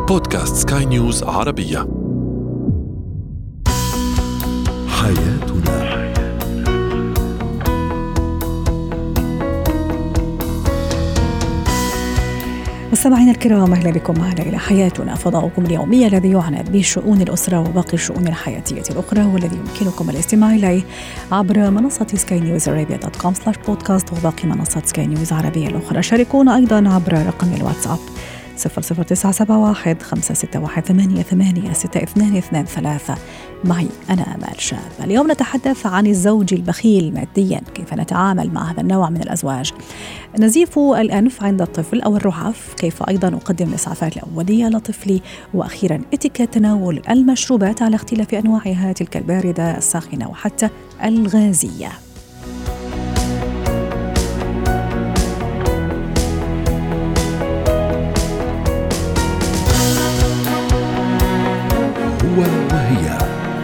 بودكاست سكاي نيوز عربية. حياتنا. مستمعينا الكرام، أهلا بكم معنا إلى حياتنا، فضاؤكم اليومي الذي يعنى بشؤون الأسرة وباقي الشؤون الحياتية الأخرى، والذي يمكنكم الاستماع إليه عبر منصة skynewsarabia.com/podcast وباقي منصات سكاي نيوز عربية الأخرى. شاركونا أيضا عبر رقم الواتساب 00971 561 886223. معي أنا آمال شاب. اليوم نتحدث عن الزوج البخيل ماديا، كيف نتعامل مع هذا النوع من الأزواج. نزيف الأنف عند الطفل أو الرعاف، كيف أيضا أقدم الإسعافات الأولية لطفلي، وأخيرا اتيكيت تناول المشروبات على اختلاف أنواعها، تلك الباردة الساخنة وحتى الغازية. وهي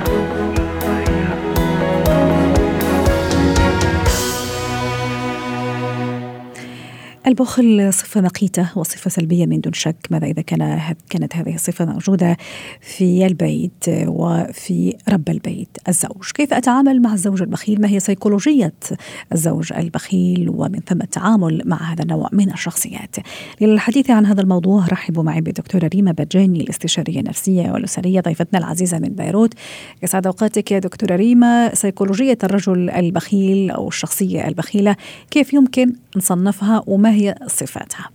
البخل صفة مقيتة وصفة سلبية من دون شك. ماذا إذا كانت هذه الصفة موجودة في البيت وفي رب البيت الزوج؟ كيف أتعامل مع الزوج البخيل؟ ما هي سيكولوجية الزوج البخيل ومن ثم التعامل مع هذا النوع من الشخصيات؟ للحديث عن هذا الموضوع رحبوا معي بالدكتورة ريما بجاني، الاستشارية النفسية والأسرية، ضيفتنا العزيزة من بيروت. يسعد أوقاتك يا دكتورة ريما. سيكولوجية الرجل البخيل أو الشخصية البخيلة، كيف يمكن نصنفها وما هي صفاتها؟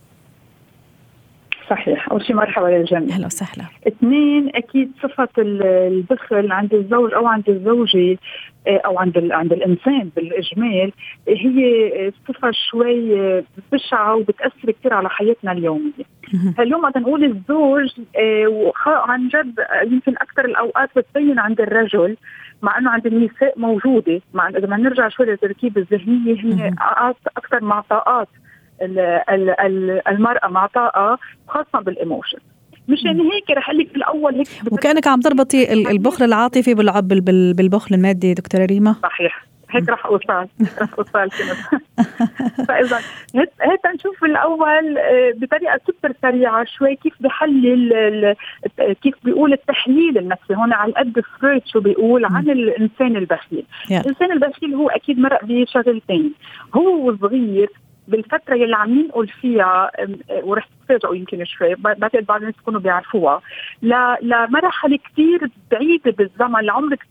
صحيح. أول شيء مرحبا للجميع. أهلا وسهلا. 2، أكيد صفة البخل عند الزوج أو عند الزوجة أو عند الإنسان بالإجمال هي صفة شوي بشعة وبتأثر كتير على حياتنا اليومية. اليوم بدنا نقول الزوج عن جد يمكن أكثر الأوقات بتبين عند الرجل، مع أنه عند النساء موجودة. إذا ما نرجع شوي للتركيب الذهنية، هي أكثر مع طاقات المرأة، مع طاقة خاصة بالإيموشن. مشان هيك رح أقول لك بالأول هيك وكأنك عم تربطي البخل العاطفي بالبخل المادي دكتورة ريما. صحيح، هيك رح أوصل كده. فإذا هيك نشوف الأول بطريقة سوبر سريعة شوي كيف بحلل، كيف بيقول التحليل النفسي. هون على قد فرويد شو بيقول عن الإنسان البخيل. الإنسان البخيل هو أكيد مرق بشغلتين. هو صغير بالفترة اللي عم ننقل فيها، ورح تتفاجئوا يمكن شوي، بعتقد بعض الناس تكونوا بيعرفوها، لمرحلة كتير بعيدة بالزمن، لعمرك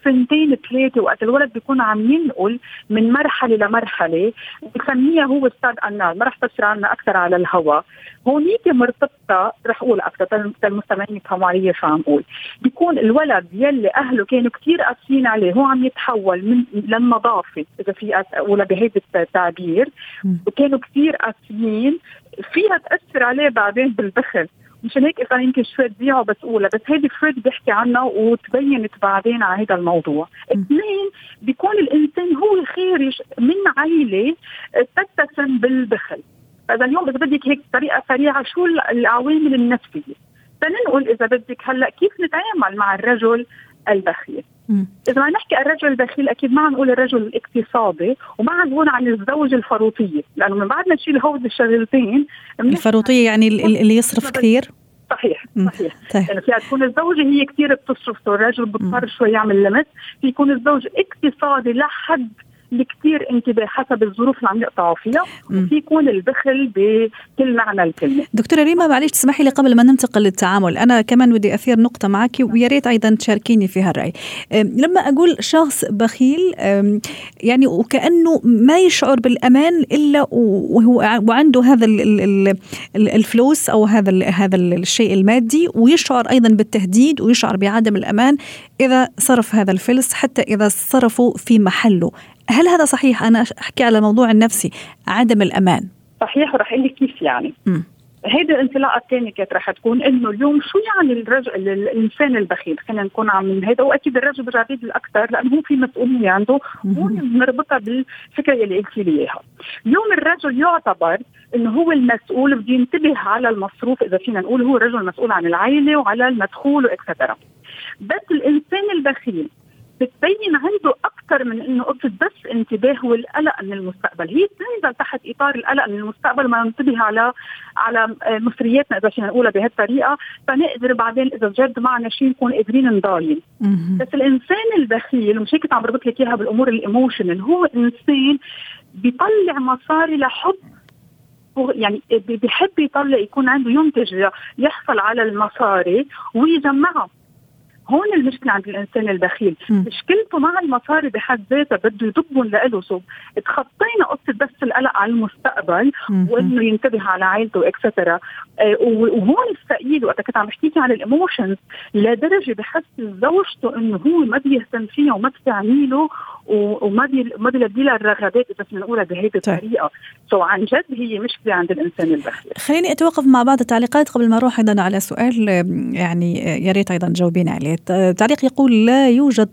2-3، وقت الولد بيكون عم ينقل من مرحلة لمرحلة بسميها هو استاد النار. ما رح تفسر عنها أكثر على الهواء. هونيك مرتبطة، رح أقول أكثر المستمعين يفهموا علي شو عم أقول. بيكون الولد يلي أهله كانوا كتير قاسيين عليه، هو عم يتحول من للنظافة، إذا في أقول بهيدا التعبير، وكانوا كتير قاسيين، فيها تأثر عليه بعدين بالبخل. مشان هيك إذا يمكن شوي تبيعه بس أقولها، بس هيدي فرويد بيحكي عنها وتبينت بعدين على هذا الموضوع. 2، بيكون الإنسان هو خارج من عائلة تتسم بالبخل. فإذا اليوم إذا بدك هيك طريقة سريعة، شو العوامل النفسية؟ فننقل إذا بدك هلأ كيف نتعامل مع الرجل البخيل. إذا ما نحكي عن الرجل البخيل، أكيد ما نقول الرجل الاقتصادي، وما نقول عن الزوج الفروطية، لأنه من بعد ما نشيل هود الشغلتين. الفروطية يعني اللي يصرف كثير. صحيح. يعني فيها تكون الزوجة هي كثير بتصرف، والرجل بضطر شوي يعمل لمس. يكون الزوج اقتصادي لحد لكتير انتباه حسب الظروف اللي عم يقطعوا فيها، وفي يكون البخل بكل معنى الكلمة. دكتورة ريما، معلش تسمحي لي قبل ما ننتقل للتعامل، أنا كمان بدي أثير نقطة معك ويا ريت أيضا تشاركيني فيها الرأي. لما أقول شخص بخيل، يعني وكأنه ما يشعر بالأمان إلا وعنده هذا الفلوس أو هذا الشيء المادي، ويشعر أيضا بالتهديد ويشعر بعدم الأمان إذا صرف هذا الفلس، حتى إذا صرفوا في محله. هل هذا صحيح؟ أنا أحكي على موضوع النفسي، عدم الأمان. صحيح، ورح أقول لك كيف يعني. هيدا الانطلاقة الثانية كانت رح تكون إنه اليوم شو يعني الإنسان البخيل. خلينا نكون عم هيدا، وأكيد الرجل بجعبيد الأكثر لأنه هو في مسؤولية عنده، هون نربطها بالفكرة اللي قلت لي إياها. اليوم الرجل يعتبر إنه هو المسؤول، بدي ينتبه على المصروف، إذا فينا نقول هو الرجل مسؤول عن العائلة وعلى المدخول وإكسترا. بس الإنسان البخيل بتبين عنده أكثر من إنه قصة بس انتباه والقلق من المستقبل. هي تنزل تحت إطار القلق من المستقبل، ما ننتبه على مصرياتنا إذا فينا نقولها بهالطريقة، فنقدر بعدين إذا جد معنا شيء نكون قادرين نضاين. بس الإنسان البخيل، ومش هيك عم بربط لك إياها بالأمور الإيموشنال، هو إنسان بيطلع مصاري لحب، يعني بيحب يطلع، يكون عنده ينتج، يحصل على المصاري ويجمعها. هون المشكلة عند الإنسان البخيل، مشكلته مع المصاري بحد ذاتها، بده يضبهم لإله. اتخطينا قصة بس القلق على المستقبل وإنه ينتبه على عائلته إكسترا. وهون الثقيل وقت كنت عم بحكيكي عن الإيموشنز، لدرجة بحس زوجته إنه هو ما بيهتم فيها وما بتعمله وما بيلبي لها الرغبات إذا فينا نقولها بهيدي الطريقة. عن جد هي مشكلة عند الإنسان البخيل. خليني أتوقف مع بعض التعليقات قبل ما أروح أيضا على سؤال يعني يا ريت أيضا تجاوبين عليه. تعليق يقول لا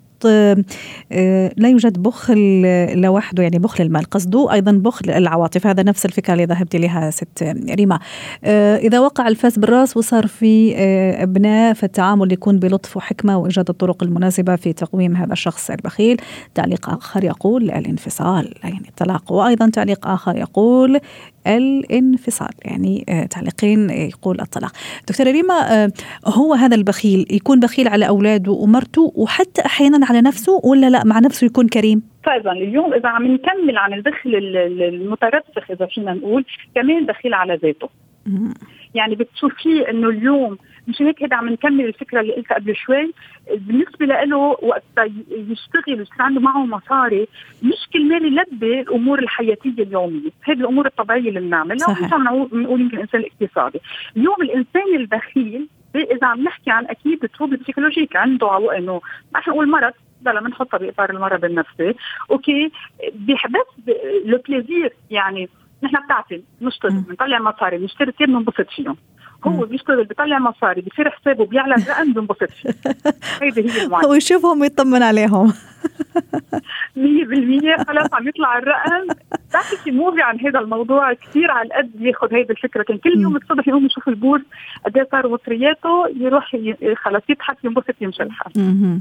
يوجد بخل لوحده، يعني بخل المال، قصده أيضا بخل العواطف. هذا نفس الفكرة اللي ذهبت لها ست ريما. إذا وقع الفاس بالرأس وصار في أبناء، فالتعامل يكون بلطف وحكمة وإيجاد الطرق المناسبة في تقويم هذا الشخص البخيل. تعليق آخر يقول الانفصال، يعني الطلاق. وأيضا تعليق آخر يقول الانفصال، يعني تعليقين يقول الطلاق. دكتورة ريما، هو هذا البخيل يكون بخيل على أولاده ومرته وحتى أحيانا على نفسه، ولا لا مع نفسه يكون كريم؟ طيب اليوم إذا عم نكمل عن البخل المترسخ إذا فينا نقول، كمان بخيل على ذاته. يعني بتشوفيه إنه اليوم مش هيك، هذا عم نكمل الفكرة اللي قلتها قبل شوي. بالنسبة له وقت يشتغل ويصير عنده معه مصاري، مش كل مال يلبي الأمور الحياتية اليومية، هذه الأمور الطبيعية اللي بنعملها. مش عم نقول يمكن الإنسان الاقتصادي. اليوم الإنسان البخيل إذا عم نحكي عن أكيد تروب بسيكولوجيك عنده، إنه ما نقول مرض، لما نحطها بإطار المرض النفسي، أوكي، بس لو بليزير، يعني نحن بتعرفين نشتغل بنطلع مصاري، نشتري كثير بننبسط فيهم. هو بيشتغل بيطلع مصاري، بيصير حسابه بيعلى الرقم بننبسط فيه. هيدي هي المعادلة. ويشوفهم ويطمن عليهم 100%. خلاص عم يطلع الرقم. بتعرفي شي موفي عن هذا الموضوع كثير على القد ياخذ هيدي الفكرة. كان كل يوم الصبح يقوم يشوف البورس قد ايه صار مصرياته، يروح خلاص يضحك ينبسط يمشي الحال.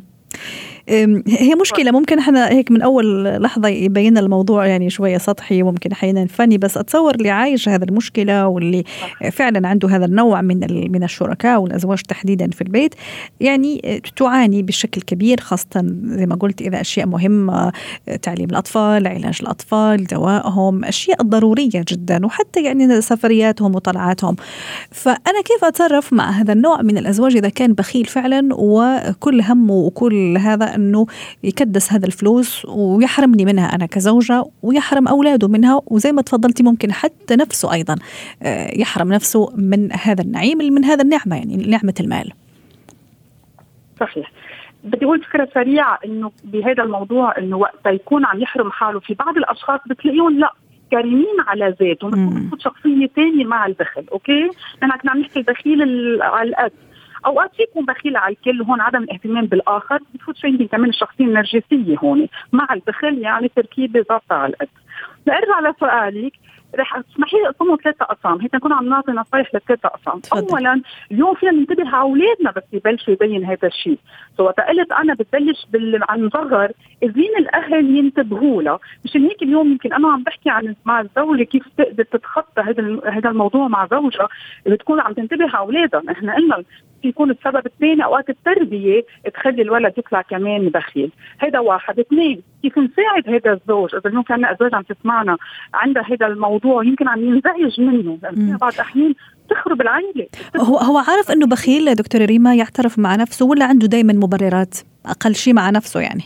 هي مشكلة ممكن احنا هيك من أول لحظة يبين الموضوع يعني شوية سطحي، وممكن أحيانا فني، بس أتصور اللي عايش هذا المشكلة واللي فعلا عنده هذا النوع من الشركاء والأزواج تحديدا في البيت، يعني تعاني بشكل كبير، خاصة زي ما قلت إذا أشياء مهمة، تعليم الأطفال، علاج الأطفال، دوائهم، أشياء ضرورية جدا، وحتى يعني سفرياتهم وطلعاتهم. فأنا كيف أتصرف مع هذا النوع من الأزواج إذا كان بخيل فعلا وكل همه وكل هذا أنه يكدس هذا الفلوس ويحرمني منها أنا كزوجة ويحرم أولاده منها، وزي ما تفضلتي ممكن حتى نفسه أيضا يحرم نفسه من هذا النعيم، من هذا النعمة، يعني نعمة المال. صحيح. بدي أقول فكرة سريعة إنه بهذا الموضوع، إنه وقت يكون عم يحرم حاله، في بعض الأشخاص بتلاقيهم لا كريمين على ذاتهم، بس شخصية تانية مع البخل. أوكي، أنا كنا عم نحكي البخيل على القد، أوقات يكون بخيل على الكل. هون عدم الاهتمام بالآخر بتفوت شيء كمان الشخصية النرجسية هون مع البخل، يعني تركيبة ضابطة على القد. لأرجع لسؤالك، رح تسمحي لي أقسمه 3 أقسام، هيك نكون عم نعطي نصايح ل3 أقسام. أولا، اليوم فينا ننتبه على أولادنا بس يبلشوا يبين هذا الشيء. وقت قلت أنا بتبلش عن صغر، إذن الأهل ينتبهوا له. مشان هيك اليوم يمكن أنا عم بحكي عن مع الزوجة كيف تقدر تتخطى هذا الموضوع مع زوجها، بتكون عم تنتبه على أولادها. إحنا قلنا يكون السبب الثاني أوقات التربية تخلي الولد يطلع كمان بخيل. هذا 1. 2، كيف نساعد هذا الزوج إذا اليوم كان أزواج عم تسمعنا عندها هذا الموضوع يمكن عم ينزعج منه، لأن بعض أحيان تخرب العائلة. هو عارف إنه بخيل دكتورة ريما، يعترف مع نفسه ولا عنده دايما مبررات أقل شيء مع نفسه؟ يعني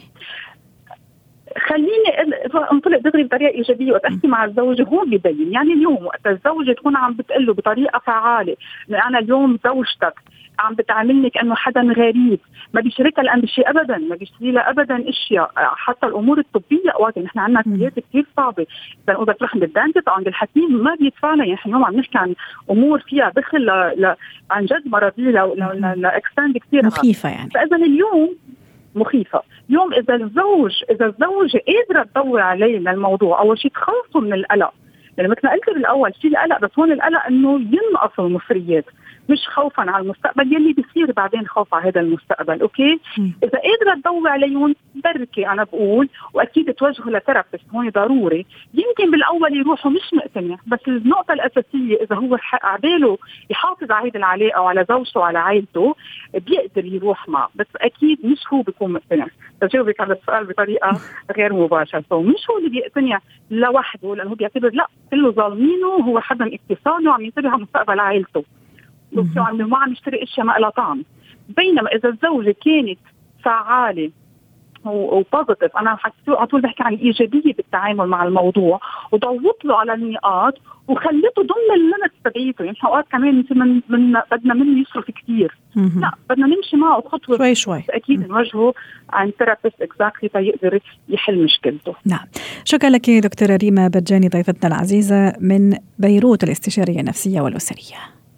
خليني انطلق دغري بطريقه ايجابيه وتحكي مع الزوج. هو بيبين، يعني اليوم وقت الزوجه تكون عم بتقله بطريقه فعاله، انا اليوم زوجتك عم بتعاملني كانه حدا غريب، ما بيشاركها الان بشيء ابدا، ما بيشتري لها ابدا اشياء، حتى الامور الطبيه اوقات نحن عندنا سياسات كثير صعبه. اذا اذا تروح عند الدانتست عند الحكيم ما بيدفع لها. يعني اليوم عم نحكي عن امور فيها دخل عن جد مرضيه لاكستند كثير مخيفه يعني. فاذا اليوم مخيفة. اليوم إذا الزوجة قادرة تضوي عليه للموضوع، أول شيء تخلصوا من القلق، يعني مثل ما قلت بالأول في القلق، بس هون القلق إنه ينقص المصريات، مش خوفا على المستقبل يلي بيصير بعدين، خوف على هذا المستقبل. اوكي اذا قادره تضوي عليهم بركي انا بقول، واكيد توجهوا لثيرابيست هون ضروري. يمكن بالاول يروحوا مش مقتنع، بس النقطه الاساسيه اذا هو عباله يحافظ على هيدي العلاقه وعلى زوجته وعلى عائلته بيقدر يروح معه، بس اكيد مش هو بيكون مقتنع. بجاوبك على السؤال بطريقه غير مباشره، مش هو اللي بيقتنع لوحده، لانه بيعتبر لا كله ظالمينه، هو حدا اقتصادي وعم ينتبه على مستقبل عائلته، ما عم يشتري اشياء ما لها طعم. بينما اذا الزوجه كانت فعاله وبوزيتيف، انا على طول بحكي عن ايجابيه بالتعامل مع الموضوع، وضوت له على النقاط وخليته ضمن الليمت تبعيته. يعني اوقات كمان بدنا منه يصرف كثير، لا بدنا نمشي معه خطوه شوي شوي، اكيد نوجهه عن ثيرابيست اكزاكتلي تيقدر يحل مشكلته. نعم، شكرا لك دكتوره ريما بجاني ضيفتنا العزيزه من بيروت، الاستشاريه النفسيه والاسريه.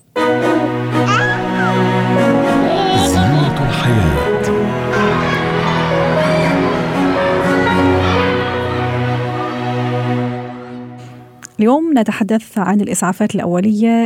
زينة الحياة. اليوم نتحدث عن الإسعافات الأولية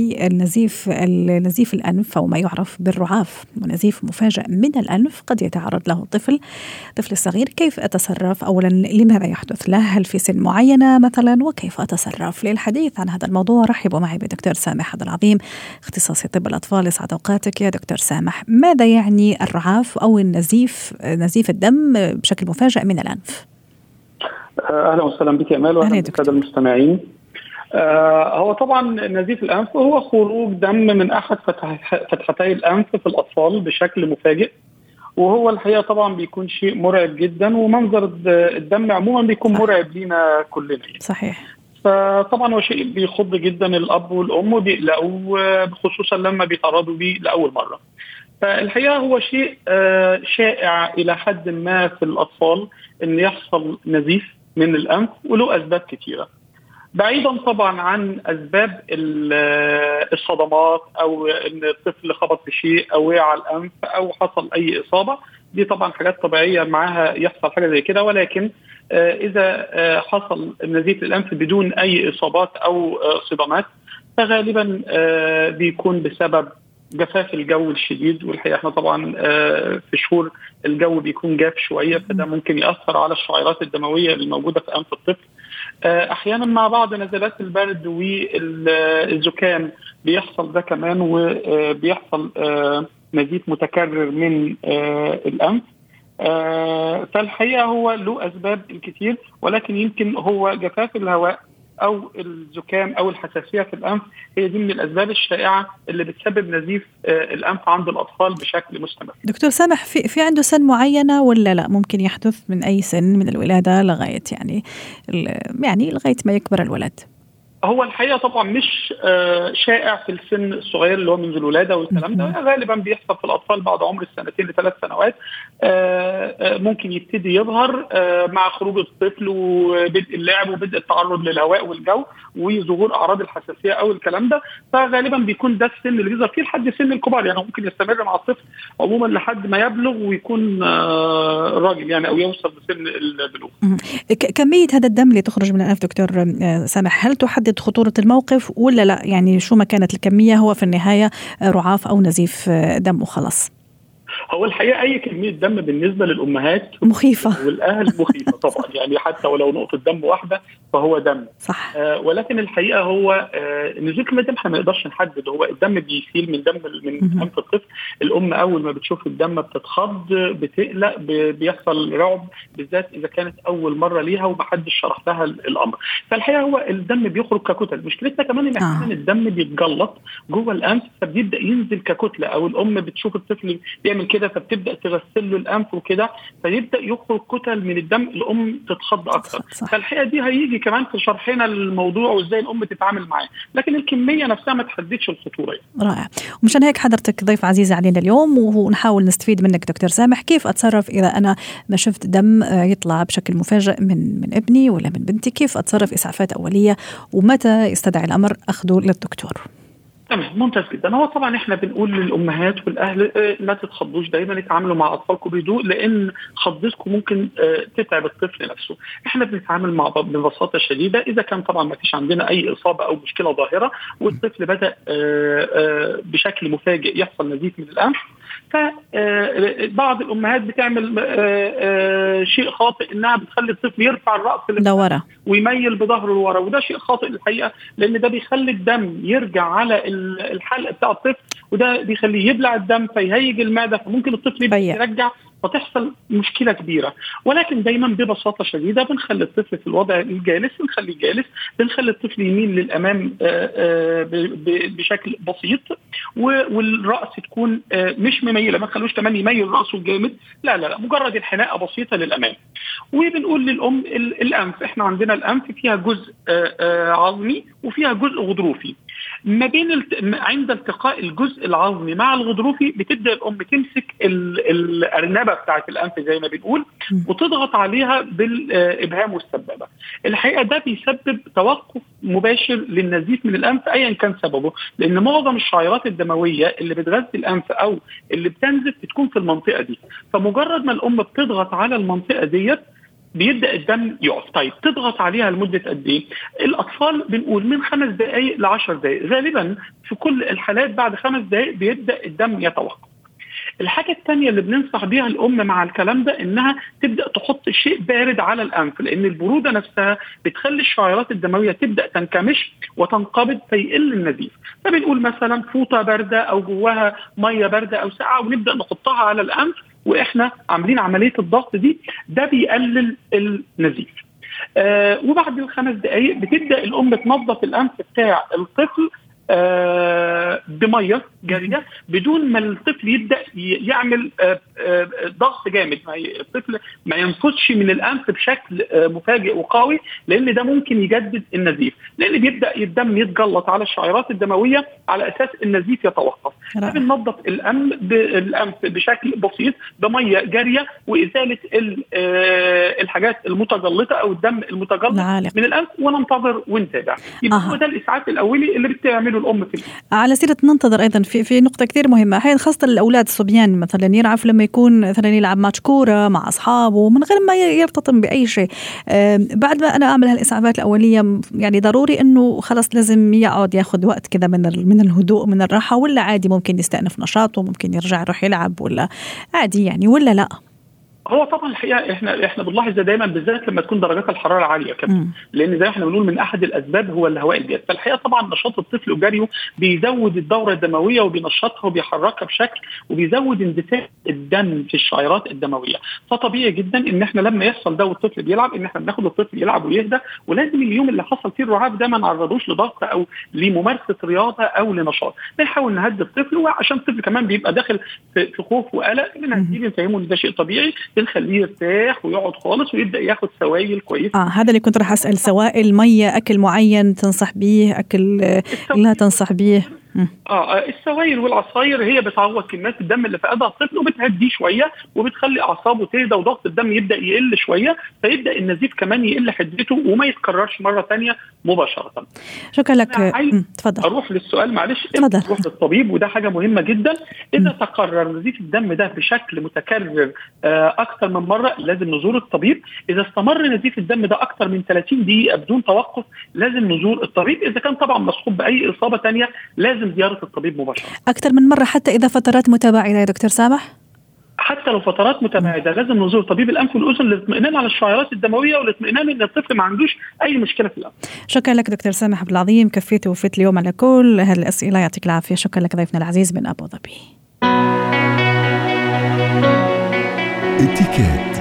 لنزيف الأنف أو ما يعرف بالرعاف، ونزيف مفاجئ من الأنف قد يتعرض له الطفل الصغير. كيف أتصرف؟ أولا لماذا يحدث له؟ هل في سن معينة مثلا؟ وكيف أتصرف؟ للحديث عن هذا الموضوع رحبوا معي بدكتور سامح عبد العظيم، اختصاصي طب الأطفال. يسعد أوقاتك يا دكتور سامح. ماذا يعني الرعاف أو نزيف الدم بشكل مفاجئ من الأنف؟ أهلا وسهلا بك أمال وأهلا بالسادة المستمعين. هو طبعا نزيف الأنف هو خروج دم من أحد فتحتي الأنف في الأطفال بشكل مفاجئ، وهو الحقيقة طبعا بيكون شيء مرعب جدا، ومنظر الدم عموما بيكون مرعب لنا كلنا. صحيح. فطبعا هو شيء بيخض جدا الأب والأم وبيقلقوا، خصوصا لما بيتعرضوا بيه لأول مرة. فالحقيقة هو شيء شائع إلى حد ما في الأطفال إن يحصل نزيف من الأنف، وله أسباب كثيرة، بعيدا طبعا عن أسباب الصدمات أو إن الطفل خبط في شيء أو وقع على الأنف أو حصل أي إصابة. دي طبعا حاجات طبيعية معها يحصل حاجة زي كده، ولكن إذا حصل نزيف الأنف بدون أي إصابات أو صدمات فغالبا بيكون بسبب جفاف الجو الشديد. والحقيقة احنا طبعا في شهور الجو بيكون جاف شوية، فده ممكن يأثر على الشعيرات الدموية الموجودة في أنف الطفل. أحيانا مع بعض نزلات البرد والزكام بيحصل ده كمان، وبيحصل نزيف متكرر من الأنف. فالحقيقة هو له أسباب الكثير، ولكن يمكن هو جفاف الهواء أو الزكام أو الحساسية في الأنف هي دي من الأسباب الشائعة اللي بتسبب نزيف الأنف عند الأطفال بشكل مستمر. دكتور سامح، في عنده سن معينة ولا لا ممكن يحدث من أي سن من الولادة لغاية يعني لغاية ما يكبر الولد؟ هو الحقيقة طبعا مش شائع في السن الصغير اللي هو منذ الولادة والكلام ده، غالبا بيحصل في الأطفال بعد عمر 2 ل3 سنوات. ممكن يبتدي يظهر مع خروج الطفل وبدء اللعب وبدء التعرض للهواء والجو وظهور أعراض الحساسية أو الكلام ده، فغالبا بيكون ده السن اللي بيظهر فيه لحد سن الكبار. يعني ممكن يستمر مع الطفل عموما لحد ما يبلغ ويكون راجل يعني أو يوصل لسن البلوغ. كمية هذا الدم اللي تخرج من الأنف دكتور سامح، هل تحدد خطورة الموقف ولا لا؟ يعني شو ما كانت الكمية هو في النهاية رعاف أو نزيف دم وخلص. هو الحقيقة أي كمية دم بالنسبة للأمهات مخيفة والأهل مخيفة طبعا، يعني حتى ولو نقطة دم واحدة فهو دم صح. ولكن الحقيقة هو نزول كمية دم ما نقدرش نحدد. هو الدم بيسيل من أنف الطفل، الأم أول ما بتشوف الدم بتتخض بتقلق بيحصل رعب، بالذات إذا كانت أول مرة ليها ومحدش شرح لها الأمر. فالحقيقة هو الدم بيخرج ككتل. مشكلتنا كمان إن أحيانا الدم بيتجلط جوه الأنف فبيبدأ ينزل ككتلة، أو الأم بتشوف الطفل بيعمل كده فبتبدأ تغسل له الأنف وكده فيبدأ يخرج كتل من الدم، الأم تتخض أكثر. فالحقيقة دي هيجي كمان في شرحنا الموضوع وإزاي الأم تتعامل معاه، لكن الكمية نفسها ما تحددش الخطورة. رائع. ومشان هيك حضرتك ضيف عزيز علينا اليوم ونحاول نستفيد منك دكتور سامح. كيف أتصرف إذا أنا ما شفت دم يطلع بشكل مفاجئ من ابني ولا من بنتي؟ كيف أتصرف إسعافات أولية ومتى يستدعي الأمر أخذه للدكتور؟ تمام، ممتاز جدا. هو طبعا احنا بنقول للامهات والاهل لا تتخضوش، دايما اتعاملوا مع اطفالكم بهدوء، لان خضتكم ممكن تتعب الطفل نفسه. احنا بنتعامل مع ببساطه شديده. اذا كان طبعا ما فيش عندنا اي اصابه او مشكله ظاهره والطفل بدا بشكل مفاجئ يحصل نزيف من الانف، فبعض الامهات بتعمل شيء خاطئ، انها بتخلي الطفل يرفع الراس لورا ويميل بظهره لورا، وده شيء خاطئ الحقيقه، لان ده بيخلي الدم يرجع على الحلق بتاع الطفل، وده بيخليه يبلع الدم فيهيج المعده، فممكن الطفل يرجع فتحصل مشكله كبيره. ولكن دايما ببساطه شديده بنخلي الطفل في الوضع الجالس، بنخليه جالس، بنخلي الطفل يميل للامام بشكل بسيط، والراس تكون مش مميله، ما تخلوش كمان يميل راسه جامد، لا مجرد الحناءه بسيطه للامام. وبنقول للام الانف، احنا عندنا الانف فيها جزء عظمي وفيها جزء غضروفي. ما بين عند التقاء الجزء العظمي مع الغضروفي بتبدا الام تمسك الارنبه بتاعه الانف زي ما بنقول، وتضغط عليها بالابهام والسبابه. الحقيقه ده بيسبب توقف مباشر للنزيف من الانف ايا كان سببه، لان معظم الشعيرات الدمويه اللي بتغذي الانف او اللي بتنزف بتكون في المنطقه دي، فمجرد ما الام بتضغط على المنطقه ديت بيبدأ الدم يقف. طيب تضغط عليها لمدة قد ايه؟ الأطفال بنقول من 5 دقائق ل10 دقائق، غالبا في كل الحالات بعد 5 دقائق بيبدأ الدم يتوقف. الحاجة الثانية اللي بننصح بيها الأم مع الكلام ده إنها تبدأ تحط شيء بارد على الأنف، لأن البرودة نفسها بتخلي الشعيرات الدموية تبدأ تنكمش وتنقبض فيقل النزيف. فبنقول مثلا فوطة باردة أو جواها مية باردة أو ساقعة ونبدأ نحطها على الأنف وإحنا عاملين عملية الضغط دي، ده بيقلل النزيف. وبعد 5 دقائق بتبدأ الأم تنظف الأنف بتاع الطفل بميه جاريه بدون ما الطفل يبدا يعمل ضغط جامد. الطفل ما ينفذش من الانف بشكل مفاجئ وقوي، لان ده ممكن يجدد النزيف، لان بيبدا الدم يتجلط على الشعيرات الدمويه على اساس النزيف يتوقف. بننظف الانف بشكل بسيط بميه جاريه وازاله الحاجات المتجلطه او الدم المتجلط من الانف، وننتظر ونتابع. يبقى هو ده الاسعاف الاولي اللي بتعمله الام في على سيرة ننتظر أيضا في نقطة كثير مهمة، أحيانا خاصة الأولاد الصبيان مثلا يرعف لما يكون مثلا يلعب ماتش كورة مع أصحابه من غير ما يرتطم بأي شيء. بعد ما أنا أعمل هالإسعافات الأولية يعني ضروري إنه خلاص لازم يقعد ياخد وقت كذا من الهدوء من الراحة، ولا عادي ممكن يستأنف نشاطه، ممكن يرجع يروح يلعب، ولا عادي يعني ولا لا؟ هو طبعا الحقيقه احنا بنلاحظ ده دايما بالذات لما تكون درجات الحراره عاليه كمان، لان زي ما احنا بنقول من احد الاسباب هو الهواء الجاف. فالحقيقه طبعا نشاط الطفل وجريه بيزود الدوره الدمويه وبينشطها وبيحركها بشكل وبيزود اندفاع الدم في الشعيرات الدمويه. فطبيعي جدا ان احنا لما يحصل ده والطفل بيلعب ان احنا بناخد الطفل يلعب ويهدى، ولازم اليوم اللي حصل فيه الرعاف ده ما نعرضوش لضغط او لممارسه رياضه او لنشاط. بنحاول نهدي الطفل، وعشان الطفل كمان بيبقى داخل في خوف وقلق بنفهمه ان ده شيء طبيعي، بنخليه يرتاح ويقعد خالص ويبدا ياخد سوائل كويسه. هذا اللي كنت راح اسال، سوائل، ميه، اكل معين تنصح به، اكل لا تنصح به؟ السوائل والعصاير هي بتعوض كميات الدم اللي فقدها الطفل وبتهديه شويه وبتخلي اعصابه تهدى وضغط الدم يبدا يقل شويه، فيبدا النزيف كمان يقل حدته وما يتكررش مره ثانيه مباشره. شكرا لك. تفضل. اروح للسؤال معلش. نروح للطبيب، وده حاجه مهمه جدا. اذا تكرر نزيف الدم ده بشكل متكرر اكثر من مره لازم نزور الطبيب. اذا استمر نزيف الدم ده اكثر من 30 دقيقه بدون توقف لازم نزور الطبيب. اذا كان طبعا مصحوب باي اصابه ثانيه لازم زيارة الطبيب مباشرة. أكثر من مرة حتى إذا فترات متباعدة يا دكتور سامح؟ حتى لو فترات متباعدة لازم نزور طبيب الأنف والأذن للاطمئنان على الشعيرات الدموية والاطمئنان إن الطفل ما عندوش أي مشكلة في الأنف. شكرا لك دكتور سامح عبد العظيم، كفيت ووفيت اليوم على كل هالأسئلة، يعطيك العافية. شكرا لك ضيفنا العزيز من أبو ظبي. اتكات.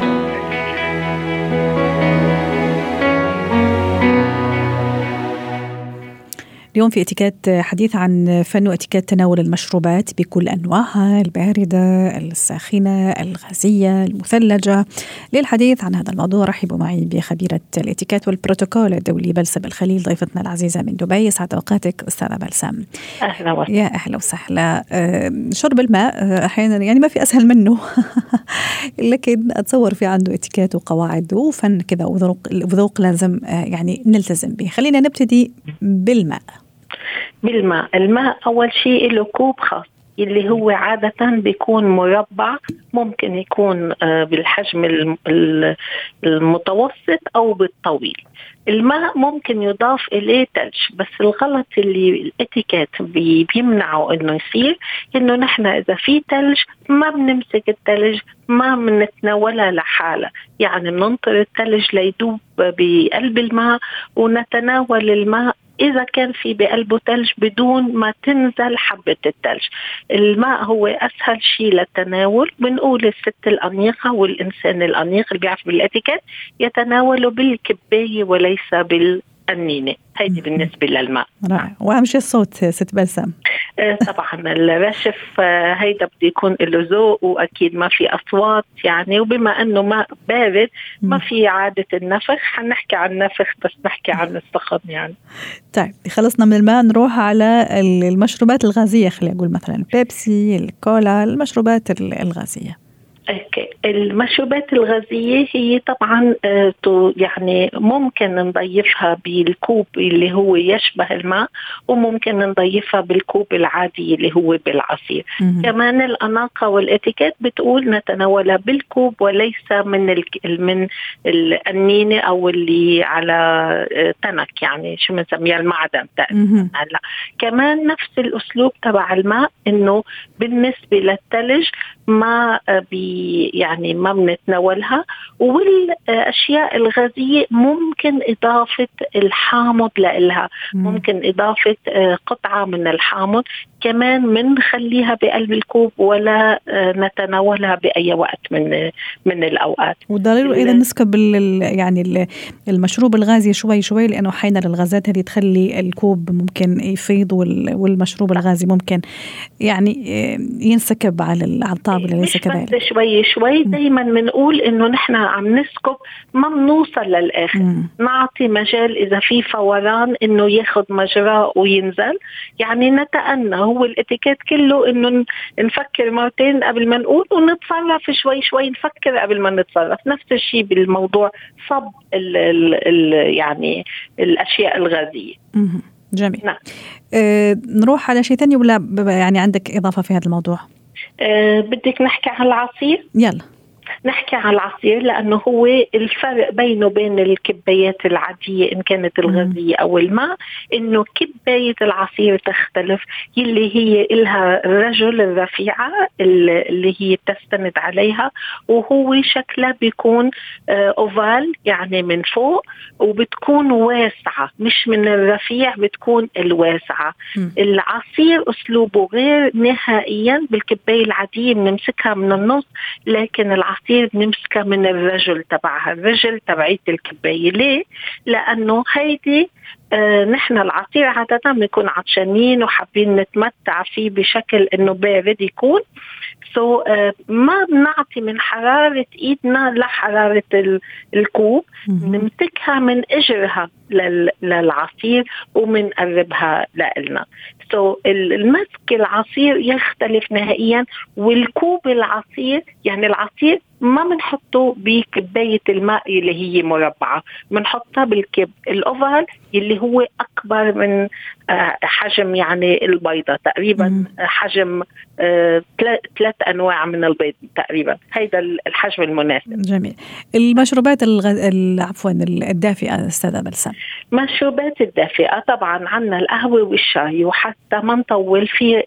اليوم في اتيكات حديث عن فن واتيكات تناول المشروبات بكل أنواعها، الباردة، الساخنة، الغازية، المثلجة. للحديث عن هذا الموضوع رحبوا معي بخبيرة الاتيكات والبروتوكول الدولي بلسم الخليل، ضيفتنا العزيزة من دبي. يسعد أوقاتك أستاذة بلسم. أهلا وسهلا. يا أهلا وسهلا. شرب الماء أحيانا يعني ما في أسهل منه لكن أتصور في عنده اتيكات وقواعد وفن كذا وذوق لازم يعني نلتزم به. خلينا نبتدي بالماء. بالماء. الماء أول شيء له كوب خاص اللي هو عادة بيكون مربع، ممكن يكون بالحجم المتوسط أو بالطويل. الماء ممكن يضاف إليه تلج، بس الغلط اللي الاتيكيت بيمنعه إنه يصير إنه نحن إذا في تلج ما بنمسك التلج، ما بنتناولها لحالة، يعني بننطر التلج ليدوب بقلب الماء ونتناول الماء إذا كان في بقلبه تلج بدون ما تنزل حبة التلج. الماء هو أسهل شيء للتناول. بنقول الست الأنيقة والإنسان الأنيق اللي بيعرف بالاتيكيت يتناوله بالكباية وليس بالقنينة. هيدي بالنسبة للماء. رائع. وأهم شيء الصوت ست بلسم. طبعا الرشف هيدا بده يكون له ذوق، واكيد ما في اصوات يعني، وبما انه ماء بارد ما في عاده النفخ. حنحكي عن النفخ بس نحكي عن السخن يعني. طيب خلصنا من الماء، نروح على المشروبات الغازيه. خلينا نقول مثلا بيبسي، الكولا، المشروبات الغازيه. اوكي، المشروبات الغازية هي طبعا يعني ممكن نضيفها بالكوب اللي هو يشبه الماء، وممكن نضيفها بالكوب العادي اللي هو بالعصير. كمان الأناقة والاتيكيت بتقول نتناولها بالكوب وليس من القنينة أو اللي على تنك، يعني شو بنسميها المعدن تقريبا. هلا كمان نفس الأسلوب تبع الماء، إنه بالنسبة للثلج ما يعني ما بنتناولها. والأشياء الغازية ممكن إضافة الحامض لإلها، ممكن إضافة قطعة من الحامض كمان منخليها بقلب الكوب ولا نتناولها بأي وقت من الأوقات. وضروري إذا نسكب يعني المشروب الغازي شوي شوي، لأنه حين الغازات هذه تخلي الكوب ممكن يفيض، والمشروب الغازي ممكن يعني ينسكب على الطاولة. ليس كذلك. شوي شوي دايما بنقول إنه نحن عم نسكب، ما بنوصل للآخر. نعطي مجال إذا في فوران إنه ياخد مجراه وينزل، يعني نتأنى. هو الاتيكيت كله إنه نفكر مرتين قبل ما نقول، ونتصرف شوي شوي، نفكر قبل ما نتصرف. نفس الشيء بالموضوع صب يعني الأشياء الغازية. جميل. نعم. نروح على شيء ثاني ولا يعني عندك إضافة في هذا الموضوع؟ بدك نحكي عن العصير؟ يلا نحكي عن العصير، لأنه هو الفرق بينه وبين الكبايات العادية إن كانت الغازية أو الماء، إنه كباية العصير تختلف، اللي هي إلها الرجل الرفيعة اللي هي بتستند عليها، وهو شكلها بيكون أوفال يعني من فوق، وبتكون واسعة، مش من الرفيع، بتكون الواسعة. العصير أسلوبه غير نهائيا. بالكباية العادية بنمسكها من النص، لكن العصير بنمسكها من الرجل تبعها، الرجل تبعية الكباية. ليه؟ لأنه هيدي نحن العصير عادة بنكون عطشانين وحابين نتمتع فيه بشكل إنه بارد يكون، ما بنعطي من حرارة إيدنا لحرارة الكوب، نمسكها من إجرها للعصير ومنقربها لإلنا. المسك العصير يختلف نهائيا. والكوب العصير يعني العصير ما بنحطه بكباية الماء اللي هي مربعة، بنحطها بالكب الأوفال اللي هو أكبر من حجم يعني البيضة تقريبا، حجم 3 أنواع من البيض تقريبا. هيدا الحجم المناسب. جميل. المشروبات عفوا الدافئة أستاذة بلسم. مشروبات الدافئة طبعا عنا القهوة والشاي، وحتى ما نطول في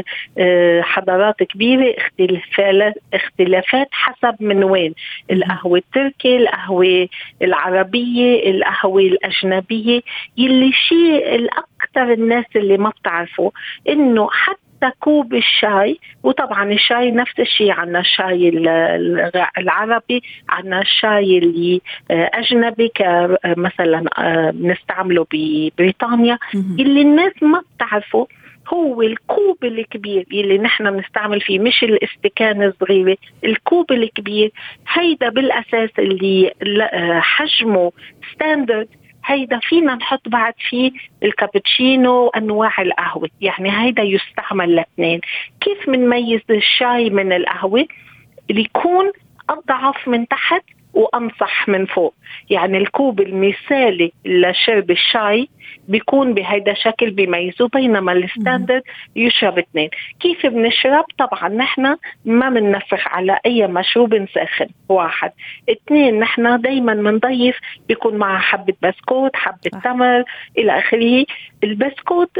حضارات كبيرة اختلافات حسب من وين. القهوة التركي، القهوة العربية، القهوة الأجنبية. يلي شيء الأكثر الناس اللي ما بتعرفوا إنه حتى كوب الشاي، وطبعا الشاي نفس الشيء، عنا الشاي العربي، عنا الشاي اللي أجنبي مثلا بنستعمله ببريطانيا. اللي الناس ما بتعرفه هو الكوب الكبير اللي نحن بنستعمل فيه، مش الاستكان الصغيرة، الكوب الكبير. هيدا بالأساس اللي حجمه ستاندرد. هيدا فينا نحط بعد فيه الكابتشينو وأنواع القهوة، يعني هيدا يستعمل الاثنين. كيف منميز الشاي من القهوة؟ اللي يكون أضعف من تحت وأمصح من فوق. يعني الكوب المثالي لشرب الشاي بيكون بهيدا شكل بيميزه، بينما الستاندرد يشرب 2. كيف بنشرب؟ طبعا نحن ما بننفخ على أي مشروب ساخن، 1. 2 نحن دايما منضيف بيكون معها حبة بسكوت، حبة تمر إلى آخره. البسكوت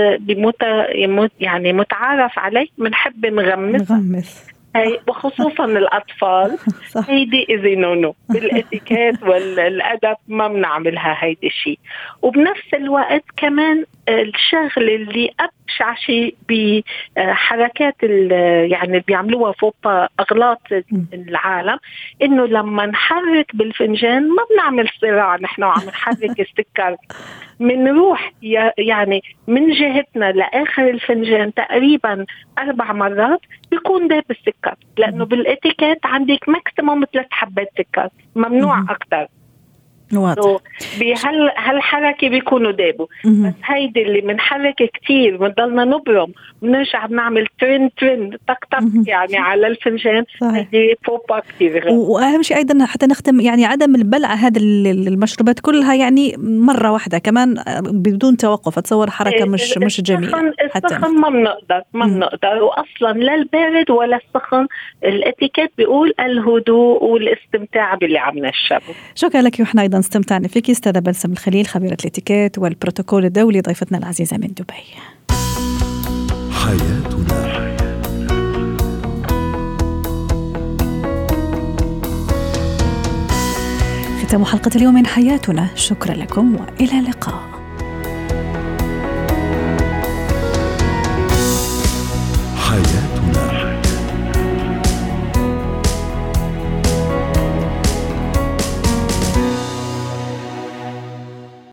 يعني متعارف عليه بنحب نغمس. وخصوصا الأطفال هيدي إذنونو بالإتيكيت والأدب ما بنعملها هيدي الشيء. وبنفس الوقت كمان الشغل اللي أبشع شيء بحركات يعني بيعملوها فوق أغلاط العالم، إنه لما نحرك بالفنجان ما بنعمل صراع نحن وعم نحرك السكر، منروح يعني من جهتنا لآخر الفنجان تقريبا 4 مرات بيكون ده بالسكر، لأنه بالإتيكيت عندك ماكسيموم 3 حبات سكر، ممنوع أكتر. بهالحركة بيكونوا دابوا. بس هيدي اللي منحرك كتير بنضلنا نبرم ونرجع بنعمل ترين تك يعني على الفنجان، هيدي فوبا كتير. وأهم شيء أيضا حتى نختم يعني عدم البلع هذا المشروبات كلها يعني مرة واحدة كمان بدون توقف. أتصور حركة مش جميلة. السخن ما بنقدر وأصلا لا البارد ولا السخن. الاتيكيت بيقول الهدوء والاستمتاع باللي عم نشربه. شكرا لك، وإحنا أيضا استمتعنا فيك أستاذة بلسم الخليل، خبيرة الاتيكيت والبروتوكول الدولي، ضيفتنا العزيزة من دبي. حياتنا. ختام حلقة اليوم من حياتنا، شكرا لكم وإلى اللقاء.